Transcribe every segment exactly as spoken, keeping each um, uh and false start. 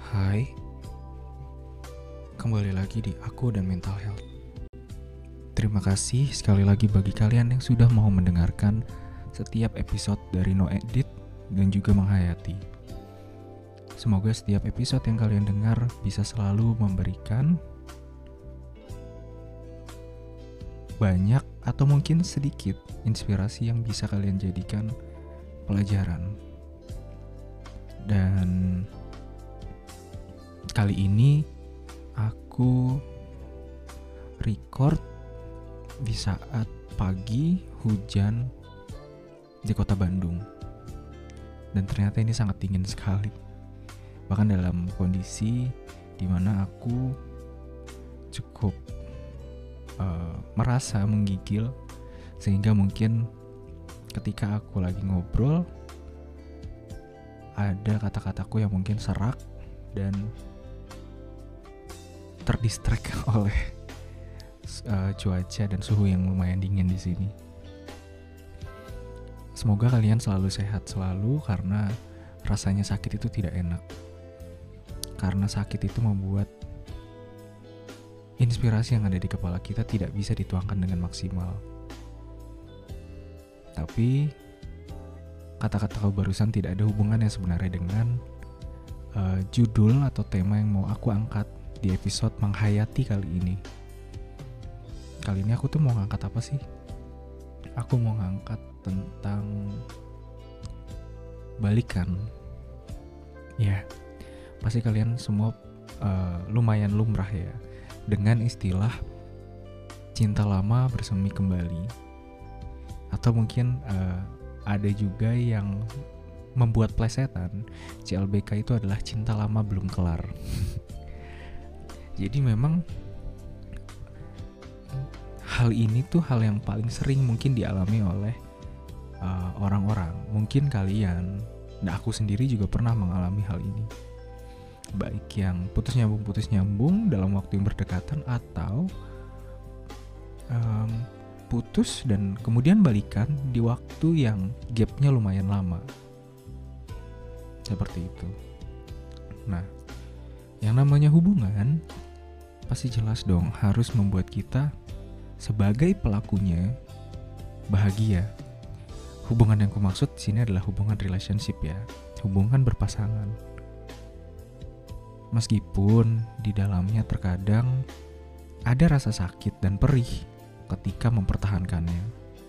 Hai, kembali lagi di Aku dan Mental Health. Terima kasih sekali lagi bagi kalian yang sudah mau mendengarkan setiap episode dari No Edit dan juga menghayati. Semoga setiap episode yang kalian dengar bisa selalu memberikan banyak atau mungkin sedikit inspirasi yang bisa kalian jadikan pelajaran. Dan kali ini aku record di saat pagi hujan di kota Bandung. Dan ternyata ini sangat dingin sekali. Bahkan dalam kondisi dimana aku cukup uh, merasa menggigil, sehingga mungkin ketika aku lagi ngobrol ada kata-kataku yang mungkin serak dan terdistract oleh uh, cuaca dan suhu yang lumayan dingin di sini. Semoga kalian selalu sehat selalu, karena rasanya sakit itu tidak enak. Karena sakit itu membuat inspirasi yang ada di kepala kita tidak bisa dituangkan dengan maksimal. Tapi kata-kata kau barusan tidak ada hubungannya sebenarnya dengan uh, judul atau tema yang mau aku angkat di episode menghayati kali ini. Kali ini aku tuh mau ngangkat apa sih? Aku mau ngangkat tentang balikan. Ya, pasti kalian semua uh, lumayan lumrah ya dengan istilah cinta lama bersemi kembali. Atau mungkin uh, ada juga yang membuat plesetan, C L B K itu adalah cinta lama belum kelar. Jadi memang hal ini tuh hal yang paling sering mungkin dialami oleh uh, orang-orang. Mungkin kalian, dan aku sendiri juga pernah mengalami hal ini. Baik yang putus nyambung-putus nyambung dalam waktu yang berdekatan, atau um, putus dan kemudian balikan di waktu yang gapnya lumayan lama. Seperti itu. Nah, yang namanya hubungan pasti jelas dong harus membuat kita sebagai pelakunya bahagia. Hubungan yang kumaksud di sini adalah hubungan relationship ya, hubungan berpasangan. Meskipun di dalamnya terkadang ada rasa sakit dan perih ketika mempertahankannya.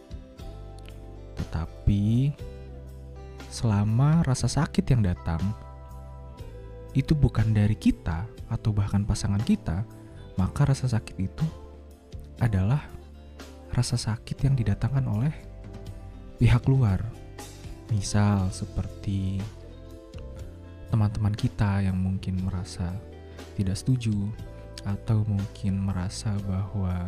Tetapi selama rasa sakit yang datang itu bukan dari kita atau bahkan pasangan kita, maka rasa sakit itu adalah rasa sakit yang didatangkan oleh pihak luar. Misal seperti teman-teman kita yang mungkin merasa tidak setuju, atau mungkin merasa bahwa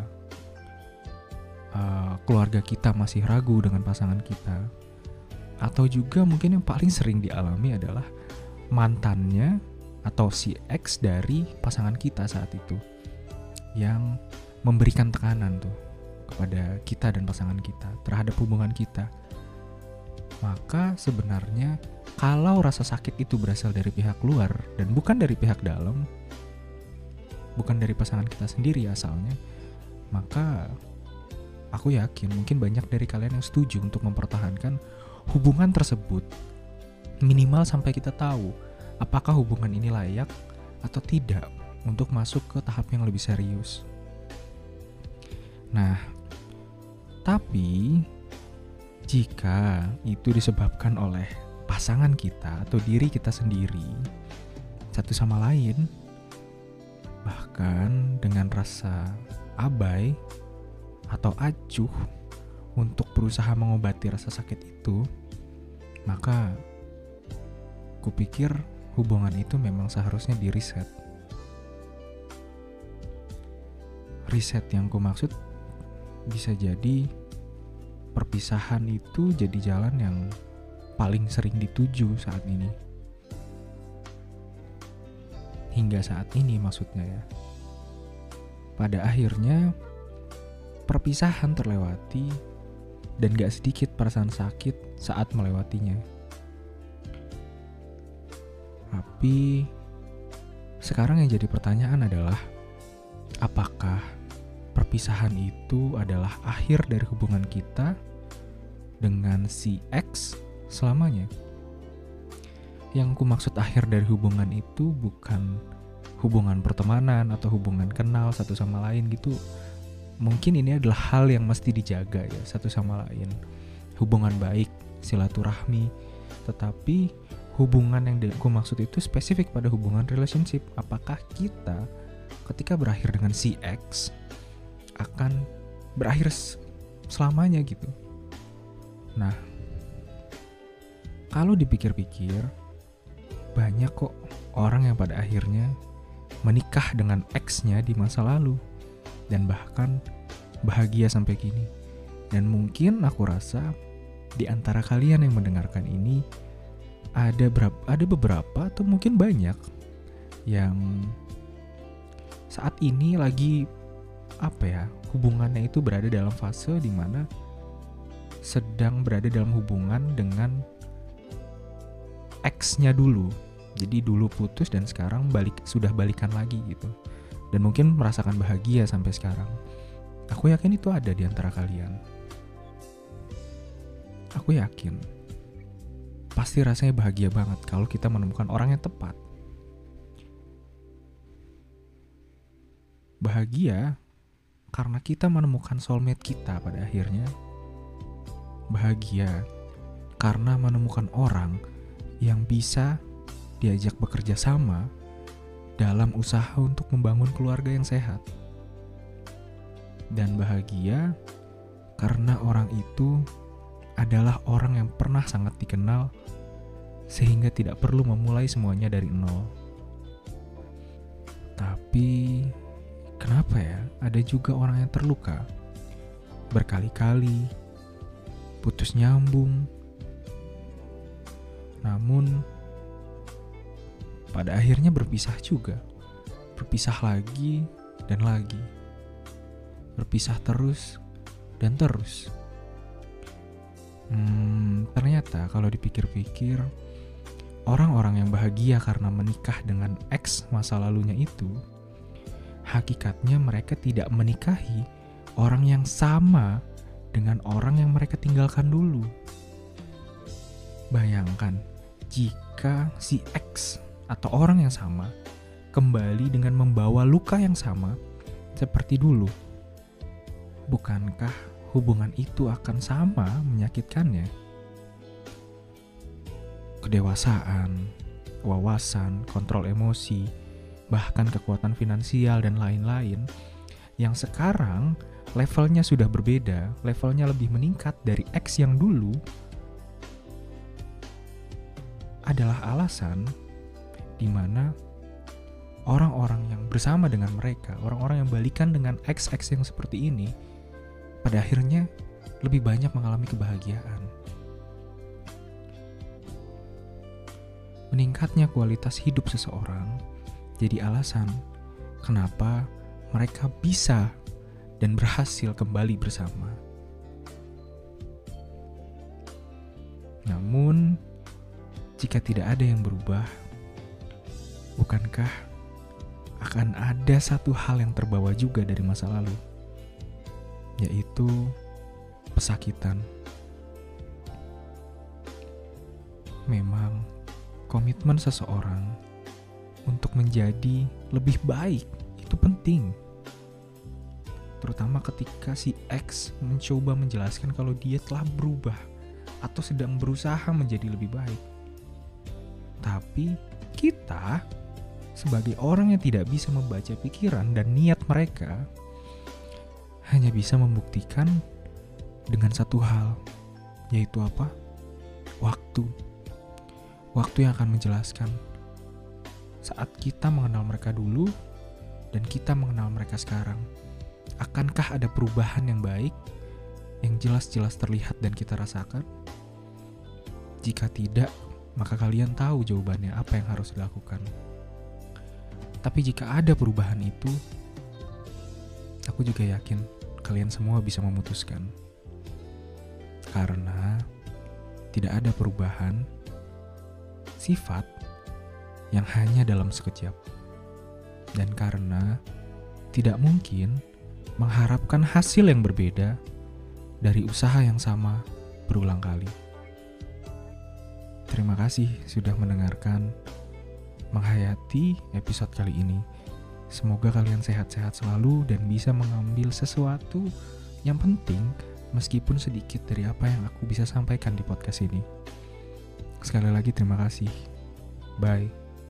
Uh, keluarga kita masih ragu dengan pasangan kita. Atau juga mungkin yang paling sering dialami adalah mantannya atau si ex dari pasangan kita saat itu yang memberikan tekanan tuh kepada kita dan pasangan kita terhadap hubungan kita. Maka sebenarnya kalau rasa sakit itu berasal dari pihak luar dan bukan dari pihak dalam, bukan dari pasangan kita sendiri asalnya, maka aku yakin mungkin banyak dari kalian yang setuju untuk mempertahankan hubungan tersebut. Minimal sampai kita tahu apakah hubungan ini layak atau tidak untuk masuk ke tahap yang lebih serius. Nah, tapi jika itu disebabkan oleh pasangan kita atau diri kita sendiri satu sama lain, bahkan dengan rasa abai atau acuh untuk berusaha mengobati rasa sakit itu, maka kupikir hubungan itu memang seharusnya di reset. Reset yang kumaksud bisa jadi perpisahan itu jadi jalan yang paling sering dituju saat ini. Hingga saat ini maksudnya ya. Pada akhirnya perpisahan terlewati dan gak sedikit perasaan sakit saat melewatinya. Tapi Sekarang yang jadi pertanyaan adalah, apakah perpisahan itu adalah akhir dari hubungan kita dengan si X selamanya? Yang aku maksud akhir dari hubungan itu bukan hubungan pertemanan atau hubungan kenal satu sama lain gitu. Mungkin ini adalah hal yang mesti dijaga ya, satu sama lain. Hubungan baik, silaturahmi. Tetapi hubungan yang aku maksud itu spesifik pada hubungan relationship. Apakah kita ketika berakhir dengan si X akan berakhir selamanya gitu? Nah, kalau dipikir-pikir, banyak kok orang yang pada akhirnya menikah dengan X-nya di masa lalu dan bahkan bahagia sampai kini. Dan mungkin aku rasa di antara kalian yang mendengarkan ini ada berapa, ada beberapa atau mungkin banyak yang saat ini lagi apa ya, hubungannya itu berada dalam fase di mana sedang berada dalam hubungan dengan X-nya dulu. Jadi dulu putus dan sekarang balik, sudah balikan lagi gitu. Dan mungkin merasakan bahagia sampai sekarang. Aku yakin itu ada di antara kalian. Aku yakin. Pasti rasanya bahagia banget kalau kita menemukan orang yang tepat. Bahagia karena kita menemukan soulmate kita pada akhirnya. Bahagia karena menemukan orang yang bisa diajak bekerja sama dalam usaha untuk membangun keluarga yang sehat. Dan bahagia karena orang itu adalah orang yang pernah sangat dikenal sehingga tidak perlu memulai semuanya dari nol. Tapi kenapa ya ada juga orang yang terluka berkali-kali, putus nyambung, namun pada akhirnya berpisah juga. Berpisah lagi dan lagi. Berpisah terus dan terus. Hmm, ternyata kalau dipikir-pikir, orang-orang yang bahagia karena menikah dengan ex masa lalunya itu, hakikatnya mereka tidak menikahi orang yang sama dengan orang yang mereka tinggalkan dulu. Bayangkan jika si ex atau orang yang sama kembali dengan membawa luka yang sama seperti dulu. Bukankah hubungan itu akan sama menyakitkannya? Kedewasaan, wawasan, kontrol emosi, bahkan kekuatan finansial dan lain-lain yang sekarang levelnya sudah berbeda, levelnya lebih meningkat dari X yang dulu, adalah alasan di mana orang-orang yang bersama dengan mereka, orang-orang yang balikan dengan X-X yang seperti ini, pada akhirnya lebih banyak mengalami kebahagiaan. Meningkatnya kualitas hidup seseorang jadi alasan kenapa mereka bisa dan berhasil kembali bersama. Namun, jika tidak ada yang berubah, bukankah akan ada satu hal yang terbawa juga dari masa lalu, yaitu pesakitan. Memang komitmen seseorang untuk menjadi lebih baik itu penting. Terutama ketika si X mencoba menjelaskan kalau dia telah berubah atau sedang berusaha menjadi lebih baik. Tapi kita sebagai orang yang tidak bisa membaca pikiran dan niat mereka hanya bisa membuktikan dengan satu hal, yaitu apa? Waktu. Waktu yang akan menjelaskan saat kita mengenal mereka dulu dan kita mengenal mereka sekarang. Akankah ada perubahan yang baik yang jelas-jelas terlihat dan kita rasakan? Jika tidak, maka kalian tahu jawabannya apa yang harus dilakukan. Tapi jika ada perubahan itu, aku juga yakin kalian semua bisa memutuskan. Karena tidak ada perubahan sifat yang hanya dalam sekejap. Dan karena tidak mungkin mengharapkan hasil yang berbeda dari usaha yang sama berulang kali. Terima kasih sudah mendengarkan, menghayati episode kali ini. Semoga kalian sehat-sehat selalu dan bisa mengambil sesuatu yang penting meskipun sedikit dari apa yang aku bisa sampaikan di podcast ini. Sekali lagi terima kasih. Bye.